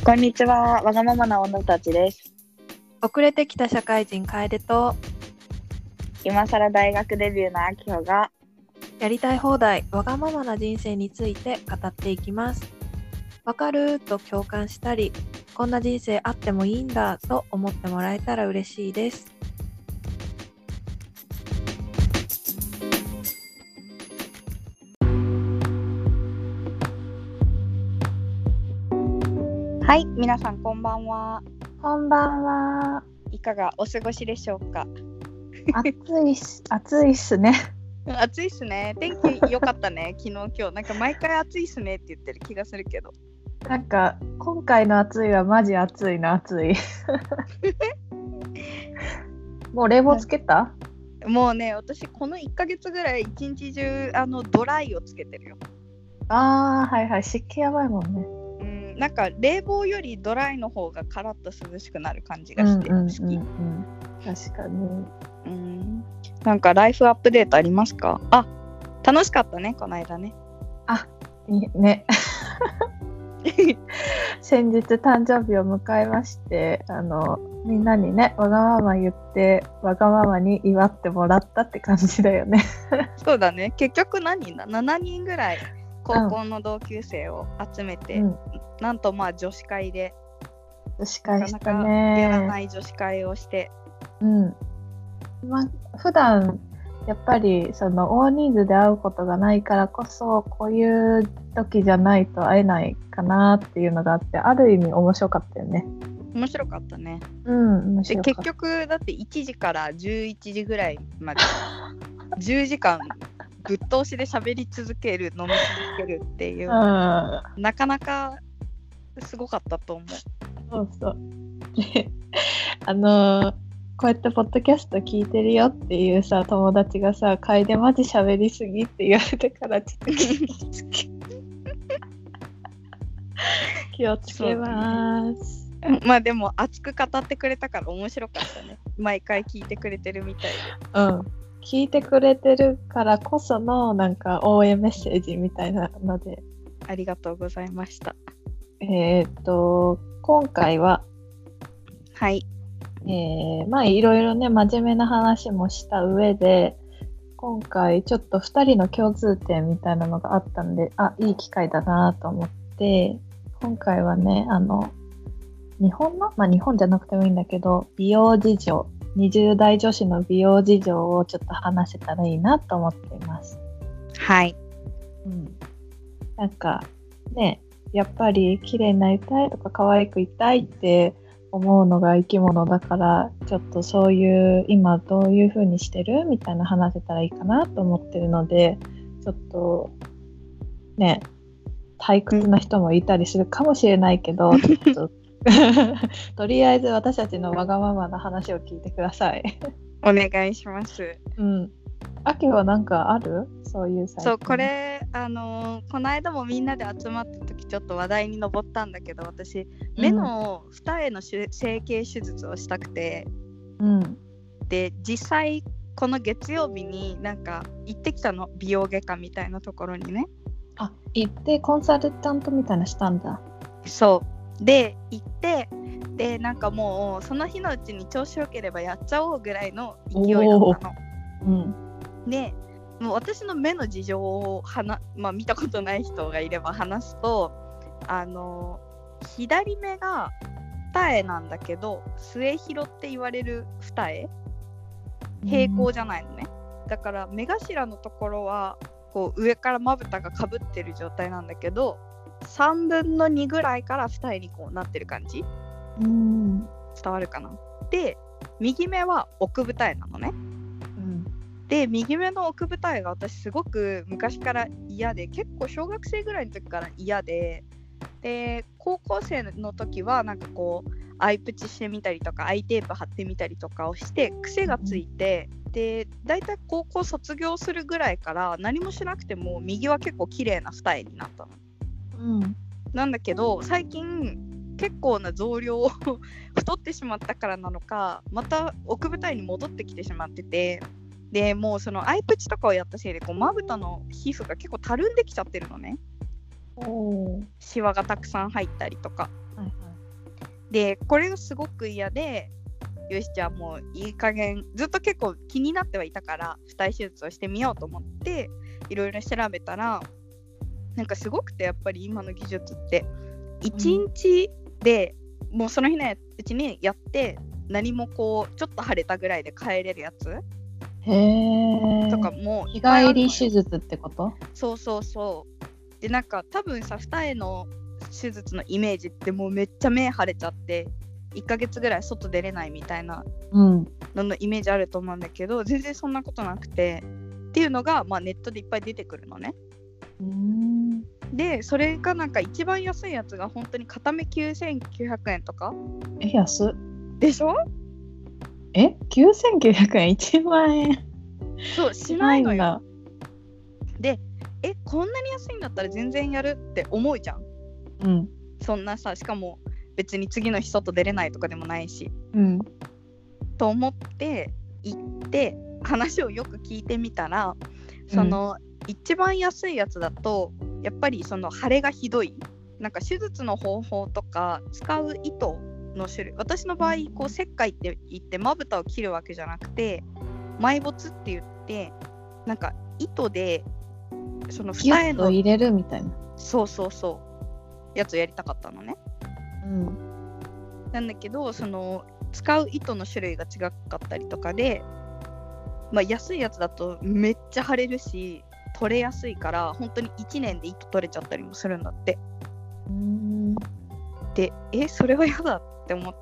こんにちは、わがままな女たちです。 遅れてきた社会人楓と今更大学デビューのあきほがやりたい放題わがままな人生について語っていきます。わかると共感したり、こんな人生あってもいいんだと思ってもらえたら嬉しいです。 はい、皆さんこんばんは。 こんばんは。 いかがお過ごしでしょうか。 暑いっすね。 暑いっすね。天気良かったね。昨日今日なんか毎回暑いっすねって言ってる気がするけど、 なんか今回の暑いはマジ暑いな。暑い。もう冷房つけた？ もうね、私この1ヶ月ぐらい一日中ドライをつけてるよ。 はいはい、湿気やばいもんね。 なんか冷房よりドライの方がカラッと涼しくなる感じがして好き。 確かに。 なんかライフアップデートありますか？楽しかったね、この間ね。 ね。先日誕生日を迎えまして、みんなにね、わがまま言ってわがままに祝ってもらったって感じだよね。 そうだね。結局何人だ？7人ぐらい高校の同級生を集めて、なんとまあ女子会で女子会したね。 なかなかやらない女子会をして、 普段やっぱりその大人数で会うことがないからこそ、こういう時じゃないと会えないかなっていうのがあって、ある意味面白かったよね。 面白かったね。 面白かった。 で結局だって1時から11時ぐらいまで10時間ぶっ通しで喋り続ける、飲み続けるっていう、なかなかすごかったと思う。 そうこうやってポッドキャスト聞いてるよっていうさ、友達がさ、楓マジ喋りすぎって言われてからちょっと気をつけます。 まあでも熱く語ってくれたから面白かったね。毎回聞いてくれてるみたいで。 聞いてくれてるからこそのなんか応援メッセージみたいなので、 ありがとうございました。 今回はまあいろいろね、真面目な話もした上で、今回ちょっと2人の共通点みたいなのがあったんで、いい機会だなと思って、今回はね、日本じゃなくてもいいんだけど、美容事情、20代女子の美容事情をちょっと話せたらいいなと思っています。 はい。 なんかね、やっぱり綺麗になりたいとか可愛くいたいって思うのが生き物だから、ちょっとそういう今どういう風にしてるみたいな話せたらいいかなと思ってるので、ちょっとね、退屈な人もいたりするかもしれないけど、ちょっととりあえず私たちのわがままな話を聞いてください。 お願いします。 あきはなんかある？そういう最近。 そう、これこの間もみんなで集まった時ちょっと話題に上ったんだけど、私目の二重の整形手術をしたくて、で実際この月曜日になんか行ってきたの、美容外科みたいなところにね。 行ってコンサルタントみたいなしたんだ。 そうで行って、でなんかもうその日のうちに調子よければやっちゃおうぐらいの勢いだったの。でもう私の目の事情を見たことない人がいれば話すと、左目が二重なんだけど末広って言われる二重、平行じゃないのね。だから目頭のところはこう上からまぶたがかぶってる状態なんだけど、3分の2ぐらいから二重にこうなってる感じ。伝わるかな。で右目は奥二重なのね。で右目の奥二重が私すごく昔から嫌で、結構小学生ぐらいの時から嫌で、で高校生の時はなんかこうアイプチしてみたりとかアイテープ貼ってみたりとかをして癖がついて、でだいたい高校卒業するぐらいから何もしなくても右は結構綺麗な二重になったの。なんだけど最近結構な増量を太ってしまったからなのか、また奥二重に戻ってきてしまってて、でもうそのアイプチとかをやったせいでこうまぶたの皮膚が結構たるんできちゃってるのね。シワがたくさん入ったりとか、 でこれがすごく嫌で、よしじゃあもういい加減、ずっと結構気になってはいたから二重手術をしてみようと思っていろいろ調べたら、なんかすごくて、やっぱり今の技術って1日で、もうその日のうちにやって何もこうちょっと腫れたぐらいで帰れるやつへえ。 とかも日いっぱいあるのよ。 帰り手術ってこと？ そうそうそう。でなんか多分さ、二重の手術のイメージってもうめっちゃ目腫れちゃって1ヶ月ぐらい外出れないみたいなうん。 ののイメージあると思うんだけど、全然そんなことなくてっていうのが、まあ、ネットでいっぱい出てくるのね。でそれがなんか一番安いやつが本当に片目9900円とか安っ。 でしょ。 9900円、1万円そうしないのよ。 だ。 でこんなに安いんだったら全然やるって思うじゃん。 うん。 そんなさ、しかも別に次の日外出れないとかでもないし、 うん。 と思って行って話をよく聞いてみたら、その、一番安いやつだとやっぱりその腫れがひどい、なんか手術の方法とか使う糸の種類、私の場合こう切開って言ってまぶたを切るわけじゃなくて、埋没って言ってなんか糸でそのギュ二重のッと入れるみたいな。 そうそうそうやつをやりたかったのね。なんだけどその使う糸の種類が違かったりとかで、まあ、安いやつだとめっちゃ腫れるし取れやすいから本当に1年で糸取れちゃったりもするんだって。でそれは嫌だって思って、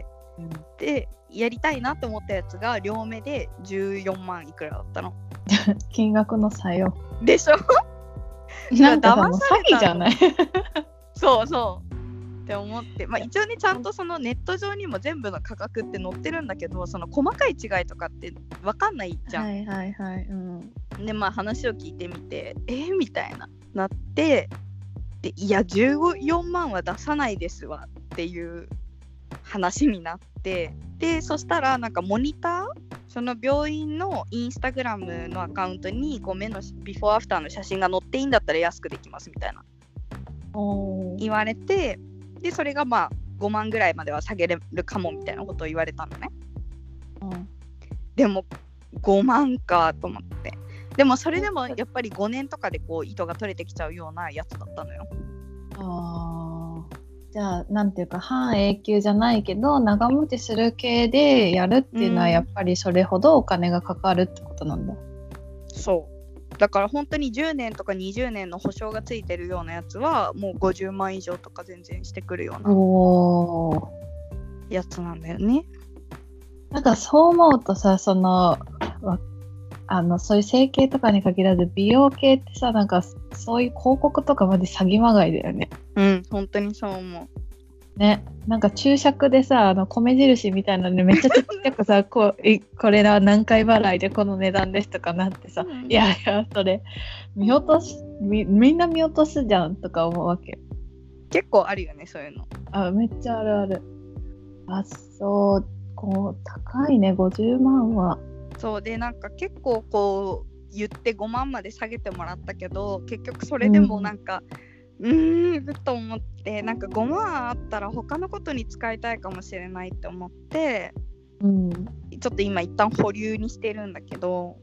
でやりたいなって思ったやつが両目で14万いくらだったの。 金額の差よ。 でしょ。 なんかさ、もう騙された詐欺じゃない？ そうそうって思って、まあ、一応ねちゃんとそのネット上にも全部の価格って載ってるんだけど、その細かい違いとかって分かんないじゃん。 はいはいはい。 でまあ話を聞いてみてみたいなって、でいや14万は出さないですわっていう話になって、でそしたらなんかモニター、その病院のインスタグラムのアカウントにこう目のビフォーアフターの写真が載っていいんだったら安くできますみたいな言われて、でそれがまあ5万ぐらいまでは下げれるかもみたいなことを言われたのね。でも5万かと思って、でもそれでもやっぱり5年とかでこう糸が取れてきちゃうようなやつだったのよ。 じゃあなんていうか半永久じゃないけど長持ちする系でやるっていうのはやっぱりそれほどお金がかかるってことなんだ。 そうだから本当に10年とか20年の保証がついてるようなやつはもう50万以上とか全然してくるようなやつなんだよね。 なんかそう思うとさ、そのそういう整形とかに限らず美容系ってさ、なんかそういう広告とかまで詐欺まがいだよね。 本当にそう思うね。なんか注釈でさ、米印みたいなのでめっちゃちっちゃくさこれら何回払いでこの値段ですとかなってさ、いやいやそれ見落とし みんな見落とすじゃんとか思うわけ。 結構あるよねそういうの。 めっちゃあるある。そうこう高いね50万は。 そうでなんか結構こう言って5万まで下げてもらったけど、結局それでもなんかと思って、なんか5万あったら他のことに使いたいかもしれないって思って、ちょっと今一旦保留にしてるんだけど、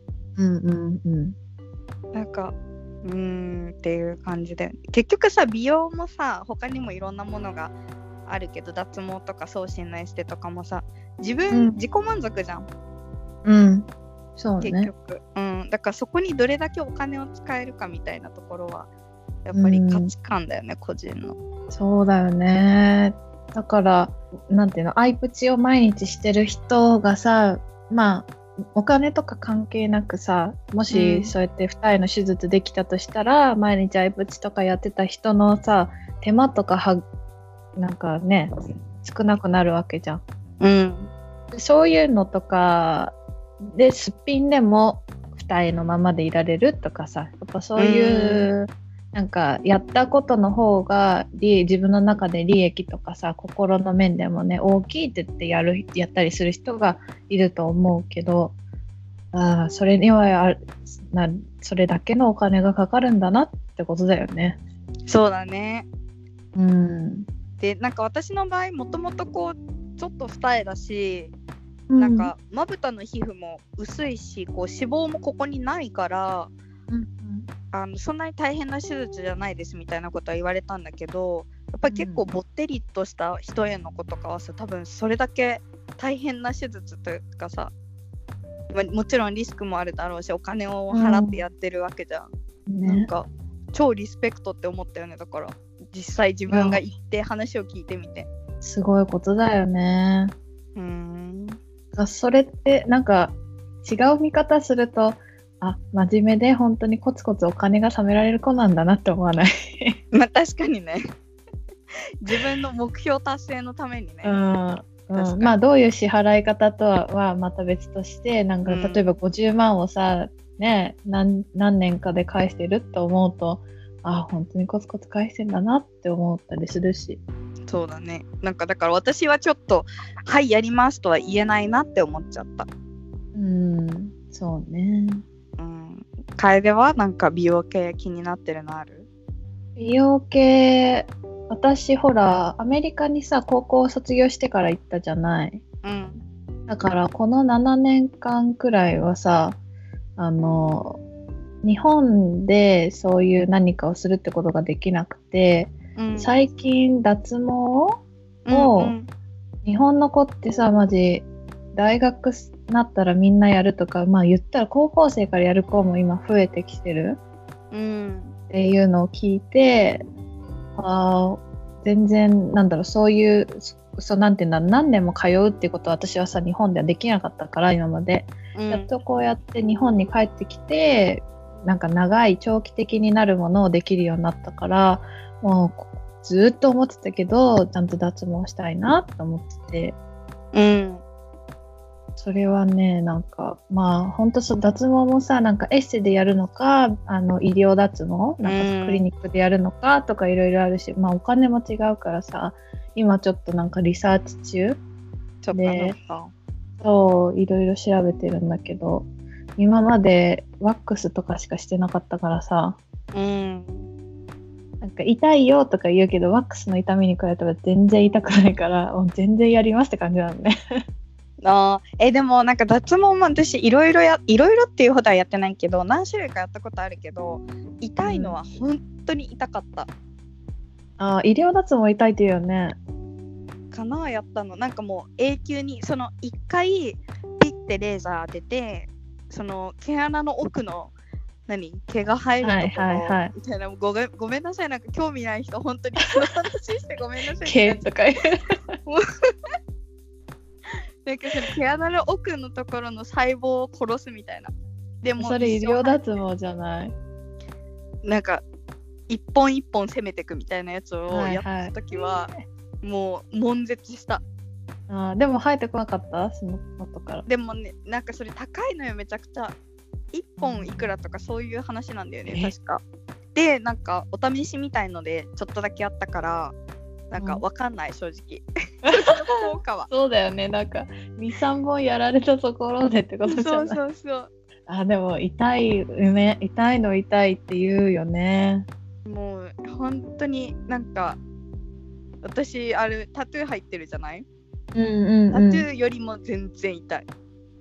なんかっていう感じで、結局さ美容もさ他にもいろんなものがあるけど、脱毛とか送信のエステとかもさ自己満足じゃん。 そうね。 結局、だからそこにどれだけお金を使えるかみたいなところはやっぱり価値観だよね、個人の。 そうだよね。だからなんていうの、アイプチを毎日してる人がさ、まあお金とか関係なくさ、もしそうやって二重の手術できたとしたら、毎日アイプチとかやってた人のさ手間とかなんかね少なくなるわけじゃん。そういうのとかですっぴんでも二重のままでいられるとかさ、やっぱそういうなんかやったことの方が自分の中で利益とかさ心の面でもね大きいって言ってやったりする人がいると思うけど、それにはそれだけのお金がかかるんだなってことだよね。 そうだね。 でなんか私の場合もともとこうちょっと二重だし、 うんなんかまぶたの皮膚も薄いし、こう脂肪もここにないから、そんなに大変な手術じゃないですみたいなことは言われたんだけど、やっぱり結構ぼってりとした一重の子とかはさ、多分それだけ大変な手術というかさ、もちろんリスクもあるだろうし、お金を払ってやってるわけじゃん、なんか超リスペクトって思ったよね。だから実際自分が行って話を聞いてみて、 すごいことだよね。それってなんか違う見方すると、真面目で本当にコツコツお金が貯められる子なんだなって思わない？ まあ確かにね自分の目標達成のためにね。 まあどういう支払い方とはまた別として、なんか例えば50万をさ、ね、何年かで返してるって思うと、本当にコツコツ返してんだなって思ったりするし。 そうだね。なんかだから私はちょっとはいやりますとは言えないなって思っちゃった。 そうね。 楓はなんか美容系気になってるのある？ 美容系、私ほらアメリカにさ高校を卒業してから行ったじゃない。だからこの7年間くらいはさ、日本でそういう何かをするってことができなくて、最近脱毛を、日本の子ってさ、マジ大学なったらみんなやるとか、まあ言ったら高校生からやる子も今増えてきてる、っていうのを聞いて、全然なんだろう、そういうなんていうんだろう、何年も通うっていうことは私はさ日本ではできなかったから今まで、やっとこうやって日本に帰ってきて、なんか長い長期的になるものをできるようになったから、もうずっと思ってたけどちゃんと脱毛したいなと思ってて、それはね、なんかまあ本当脱毛もさ、なんかエステでやるのか、医療脱毛なんかクリニックでやるのかとかいろいろあるし、まあお金も違うからさ、今ちょっとなんかリサーチ中で、そういろいろ調べてるんだけど、今までワックスとかしかしてなかったからさ、なんか痛いよとか言うけど、ワックスの痛みに比べたら全然痛くないから、全然やりますって感じなのね。 でもなんか脱毛も私いろいろっていうほどはやってないけど、何種類かやったことあるけど、痛いのは本当に痛かった。 医療脱毛痛いって言うよね。 かな、やったの。なんかもう永久にその1回ピッてレーザー当てて、その毛穴の奥の毛が生えるところみたいな、ごめんなさい、なんか興味ない人本当にその話してごめんなさい。 毛とかなんかその毛穴の奥のところの細胞を殺すみたいな。でもそれ医療脱毛じゃない？ なんか一本一本攻めていくみたいなやつをやった時は、もう悶絶した。 でも生えてこなかった？その後から。 でもね、なんかそれ高いのよ、めちゃくちゃ。1本いくらとかそういう話なんだよね、確か。で、なんかお試しみたいのでちょっとだけやったから、なんかわかんない、正直。効果は。 そうだよね、なんか 2,3 本やられたところでってことじゃない？ そう。 でも痛いの痛いって言うよね。 もう本当になんか私タトゥー入ってるじゃない？タトゥーよりも全然痛い。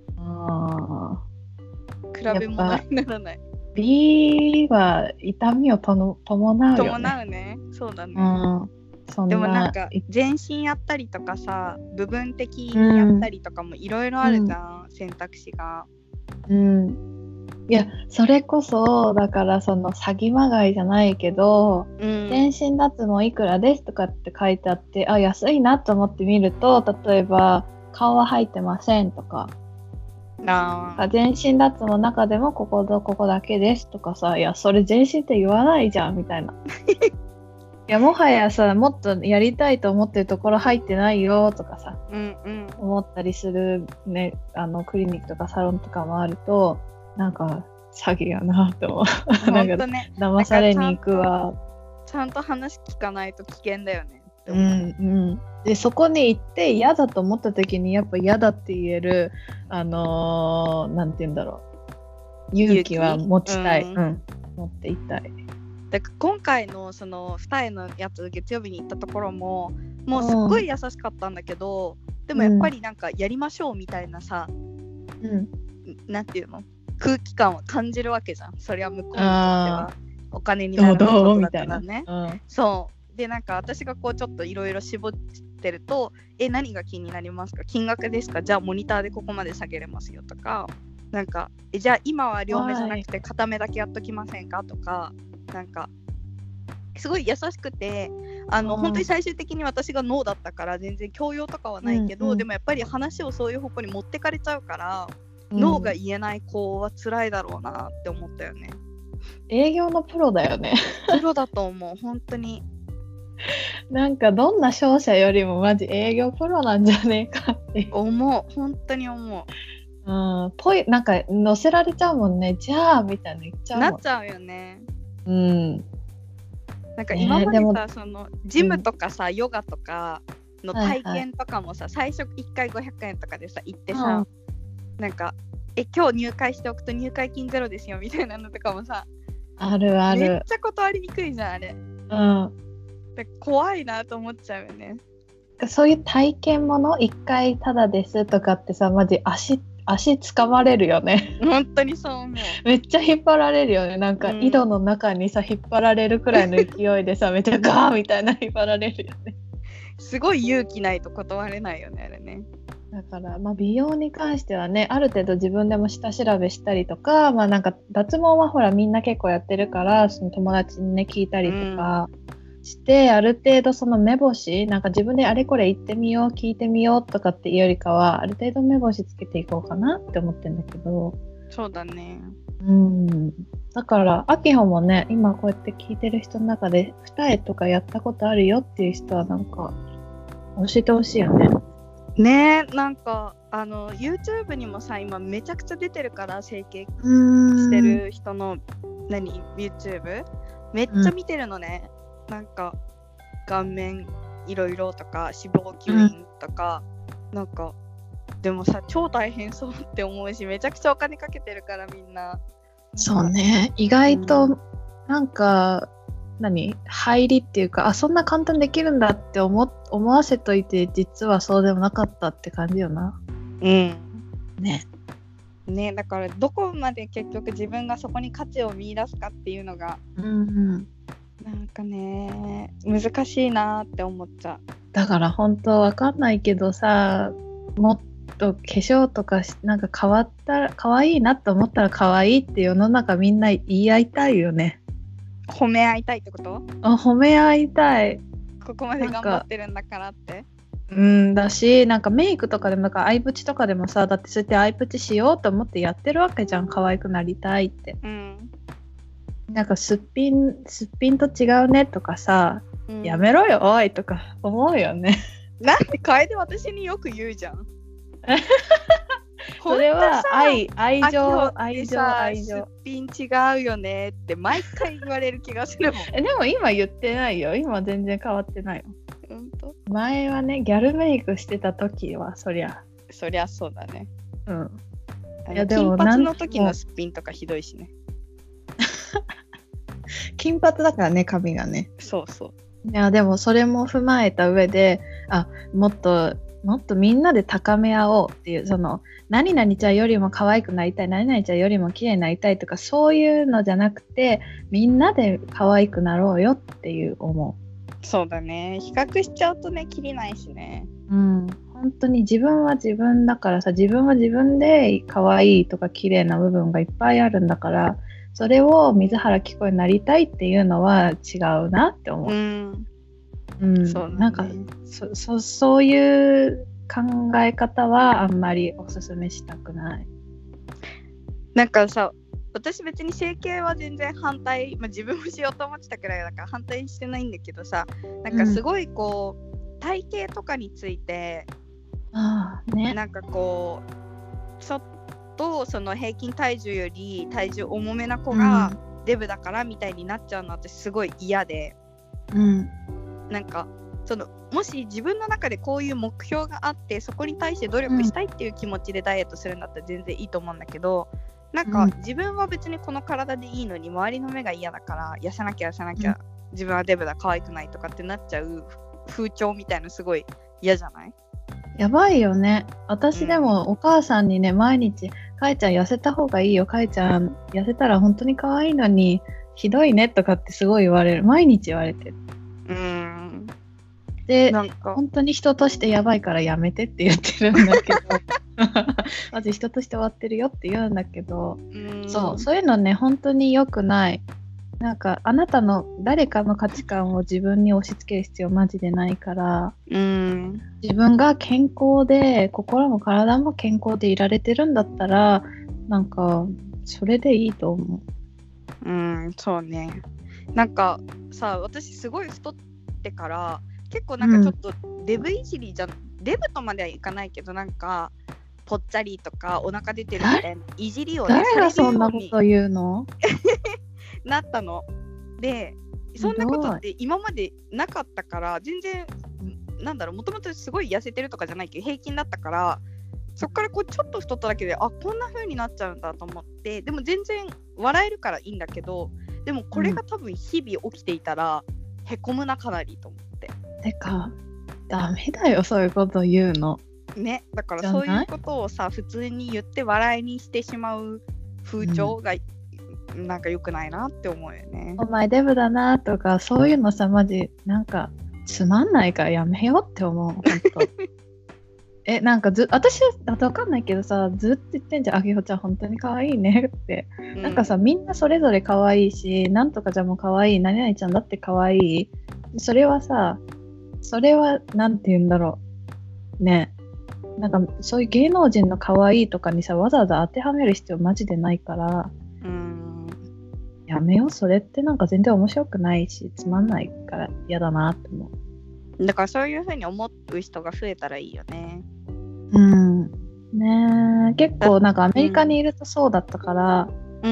比べ物にならない。 B は痛みを伴うよね。 伴うね。そうだね。でもなんか全身やったりとかさ、部分的にやったりとかもいろいろあるじゃん、選択肢が。 いや、それこそだからその詐欺まがいじゃないけど、全身脱毛いくらですとかって書いてあって、安いなと思って見ると、例えば顔は入ってませんとか、全身脱毛の中でもこことここだけですとかさ、いやそれ全身って言わないじゃんみたいな。いやもはやさ、もっとやりたいと思ってるところ入ってないよとかさ、思ったりするね。クリニックとかサロンとかもあると、なんか詐欺やなと思う。なんか騙されに行くわ。 ちゃんと話聞かないと危険だよね。 でそこに行って嫌だと思った時にやっぱ嫌だって言えるなんて言うんだろう、勇気は持ちたい。持っていたい。 だから今回のその二重のやつ月曜日に行ったところももうすっごい優しかったんだけど、でもやっぱりなんかやりましょうみたいなさ、なんていうの空気感を感じるわけじゃん。それは向こうにとってはお金になることだからね。そうでなんか私がこうちょっといろいろ絞ってると何が気になりますか、金額ですか、じゃあモニターでここまで下げれますよとか、なんかじゃあ今は両目じゃなくて片目だけやっときませんかとか、なんかすごい優しくて本当に最終的に私がノーだったから全然強要とかはないけど、でもやっぱり話をそういう方向に持ってかれちゃうから、ノーが言えない子は辛いだろうなって思ったよね。 営業のプロだよね。 プロだと思う本当に。 なんかどんな商社よりもマジ営業プロなんじゃねえかって思う、本当に思う。ぽいなんか乗せられちゃうもんね。じゃあみたいな言っちゃうもん。 なっちゃうよね。 なんか今までさ、そのジムとかさ、ヨガとかの体験とかもさ、最初1回500円とかでさ行ってさ、なんか今日入会しておくと入会金ゼロですよみたいなのとかもさ、 あるある。 めっちゃ断りにくいじゃんあれ。怖いなと思っちゃうよね。 そういう体験もの1回ただですとかってさ、マジ足掴まれるよね。 本当にそう思う。 めっちゃ引っ張られるよね。なんか井戸の中にさ引っ張られるくらいの勢いでさめっちゃガーみたいな引っ張られるよね。 すごい勇気ないと断れないよねあれね。 だから、美容に関してはね、ある程度自分でも下調べしたりとか、なんか脱毛はほらみんな結構やってるから、その友達にね聞いたりとかして、ある程度その目星、なんか自分であれこれ言ってみよう聞いてみようとかっていうよりかは、ある程度目星つけていこうかなって思ってるんだけど。 そうだね。 だからあきほもね、今こうやって聞いてる人の中で二重とかやったことあるよっていう人はなんか教えてほしいよね。 ねえ、なんかYouTube にもさ今めちゃくちゃ出てるから、整形してる人のYouTube めっちゃ見てるのね。なんか顔面いろいろとか脂肪吸引とか、なんかでもさ超大変そうって思うし、めちゃくちゃお金かけてるからみんな。 そうね、意外となんか、入りっていうか、そんな簡単できるんだって思わせといて実はそうでもなかったって感じよな。 ね、だからどこまで結局自分がそこに価値を見出すかっていうのが、なんかね難しいなって思っちゃう。 だから本当わかんないけどさ、もっと化粧とかなんか変わったら可愛いなって思ったら可愛いって世の中みんな言い合いたいよね。 褒め合いたいってこと？ 褒め合いたい。 ここまで頑張ってるんだからって。 だし、なんかメイクとかでもなんかアイプチとかでもさ、だってそうやってアイプチしようと思ってやってるわけじゃん、可愛くなりたいって。なんかすっぴんと違うねとかさ、やめろよおいとか思うよね。 なんで楓私によく言うじゃん。 それは愛情。 すっぴん違うよねって毎回言われる気がするもん。 でも今言ってないよ。今全然変わってないよ。 本当？ 前はね、ギャルメイクしてた時はそりゃそうだね。 いやでも金髪の時のすっぴんとかひどいしね。 金髪だからね、髪がね。 そう。 いやでもそれも踏まえた上で、もっとみんなで高め合おうっていう、その何々ちゃんよりも可愛くなりたい、何々ちゃんよりも綺麗になりたいとかそういうのじゃなくて、みんなで可愛くなろうよっていう思う。 そうだね、比較しちゃうとねキリないしね。 本当に自分は自分だからさ、自分は自分で可愛いとか綺麗な部分がいっぱいあるんだから、それを水原希子になりたいっていうのは違うなって思う。そうね、なんかそういう考え方はあんまりおすすめしたくない。 なんかさ、私別に整形は全然反対、自分もしようと思ってたくらいだから反対してないんだけどさ、なんかすごいこう、体型とかについてなんかこうちょっとその平均体重より体重重めな子がデブだからみたいになっちゃうのってすごい嫌で、なんかそのもし自分の中でこういう目標があってそこに対して努力したいっていう気持ちでダイエットするんだったら全然いいと思うんだけど、 なんか自分は別にこの体でいいのに周りの目が嫌だから痩せなきゃ自分はデブだ可愛くないとかってなっちゃう風潮みたいのすごい嫌じゃない？ やばいよね。私でもお母さんにね、毎日かえちゃん痩せた方がいいよ、かえちゃん痩せたら本当に可愛いのにひどいねとかってすごい言われる。毎日言われてる。で、なんか本当に人としてやばいからやめてって言ってるんだけどまず人として終わってるよって言うんだけど、そういうのね本当に良くない。なんかあなたの誰かの価値観を自分に押し付ける必要マジでないから、自分が健康で心も体も健康でいられてるんだったらなんかそれでいいと思う。 そうね。なんかさ、私すごい太ってから結構なんかちょっとデブいじりデブとまではいかないけど、なんかぽっちゃりとかお腹出てるみたいないじりをね、誰がそんなこと言うのなったので、そんなことって今までなかったから、全然なんだろう、もともとすごい痩せてるとかじゃないけど平均だったから、そっからこうちょっと太っただけでこんな風になっちゃうんだと思って、でも全然笑えるからいいんだけど、でもこれが多分日々起きていたらへこむな、かなりと思って。 てかダメだよそういうこと言うのね。だからそういうことをさ普通に言って笑いにしてしまう風潮が、なんか良くないなって思うよね。 お前デブだなとかそういうのさ、マジなんかつまんないからやめようって思う。本当なんか私は分かんないけどさ、ずっと言ってんじゃん、あげほちゃん本当に可愛いねって、なんかさみんなそれぞれ可愛いし、なんとかちゃんも可愛い、何々ちゃんだって可愛い。それはなんて言うんだろうね。なんかそういう芸能人の可愛いとかにさわざわざ当てはめる必要マジでないから、やめよう。それってなんか全然面白くないしつまんないから嫌だなって思う。だからそういう風に思う人が増えたらいいよね。 ねえ、結構なんかアメリカにいるとそうだったから、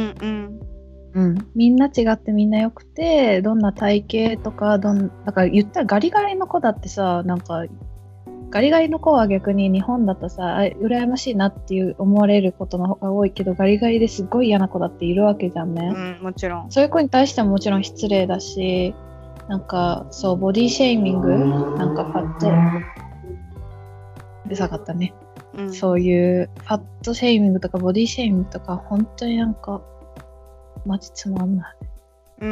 みんな違ってみんな良くて、どんな体型とかだから言ったらガリガリの子だってさ、なんかガリガリの子は逆に日本だとさ羨ましいなっていう思われることの方が多いけど、ガリガリですごい嫌な子だっているわけじゃんね。 もちろんそういう子に対してはもちろん失礼だし、なんかそうボディシェイミング、なんかファットうるさかったね、そういうファットシェイミングとかボディシェイミングとか本当になんかマジつまんない。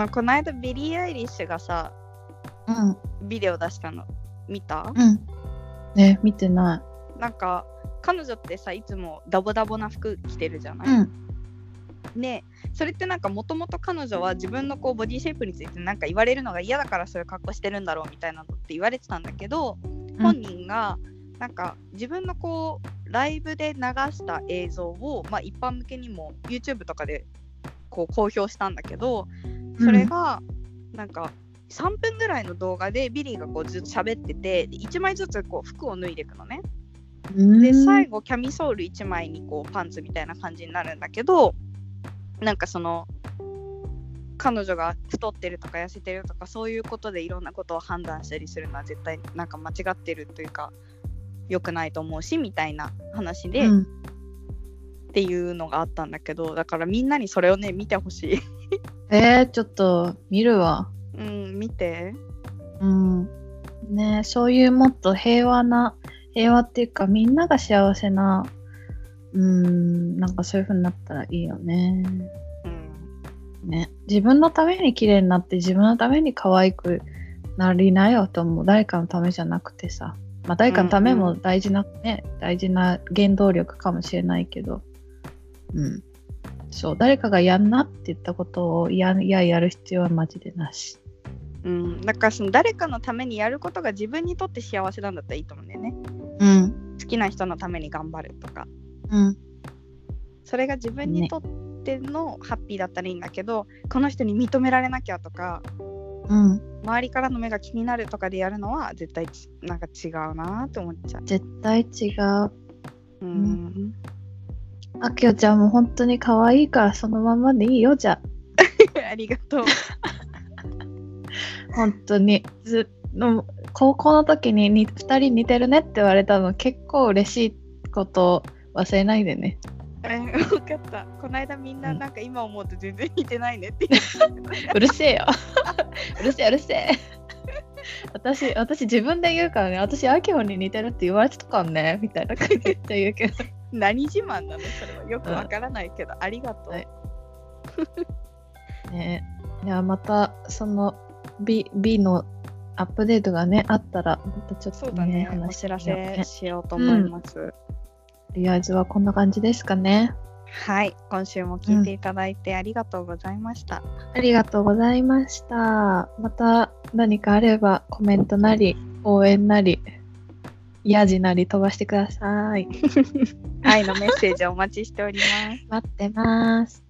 この間ビリー・アイリッシュがさ、ビデオ出したの見た？ ね、見てない。 なんか彼女ってさいつもダボダボな服着てるじゃない？ね、それってなんかもともと彼女は自分のこうボディシェイプについてなんか言われるのが嫌だからそういう格好してるんだろうみたいなのって言われてたんだけど、本人がなんか自分のこうライブで流した映像を、一般向けにも YouTube とかでこう公表したんだけど、それがなんか3分ぐらいの動画でビリーがこうずっと喋ってて、1枚ずつこう服を脱いでいくのね。で最後キャミソール1枚にこうパンツみたいな感じになるんだけど、なんかその彼女が太ってるとか痩せてるとかそういうことでいろんなことを判断したりするのは絶対なんか間違ってるというか良くないと思うしみたいな話で、っていうのがあったんだけど、だからみんなにそれをね見てほしいちょっと見るわ。 見て。 ね、そういうもっと平和っていうかみんなが幸せななんかそういう風になったらいいよね。ね、自分のために綺麗になって自分のために可愛くなりなよと思う。誰かのためじゃなくてさ、誰かのためも大事な原動力かもしれないけど、そう誰かがやんなって言ったことをやる必要はマジでなし。 だからその誰かのためにやることが自分にとって幸せなんだったらいいと思うんだよね。好きな人のために頑張るとか、それが自分にとってのハッピーだったらいいんだけど、この人に認められなきゃとか、周りからの目が気になるとかでやるのは絶対なんか違うなって思っちゃう。 絶対違う。あきおちゃんも本当に可愛いからそのままでいいよ。じゃあありがとう本当に高校の時に2人似てるねって言われたの結構嬉しいことを忘れないでね。 分かった。この間みんななんか今思うと全然似てないねって言ってうるせえよ。うるせえうるせえ。私自分で言うからね、私アキホに似てるって言われてたからねみたいな感じで言うけど。 何自慢なのそれはよくわからないけど、ありがとう。 はいね、いやまたその B のアップデートがねあったらまたちょっとそうだね、お話知らしてみようね。 せしようと思います。 とりあえずはこんな感じですかね。 はい、今週も聞いていただいてありがとうございました。 ありがとうございました。また何かあればコメントなり応援なりヤジなり飛ばしてください。 愛のメッセージをお待ちしております。 待ってます。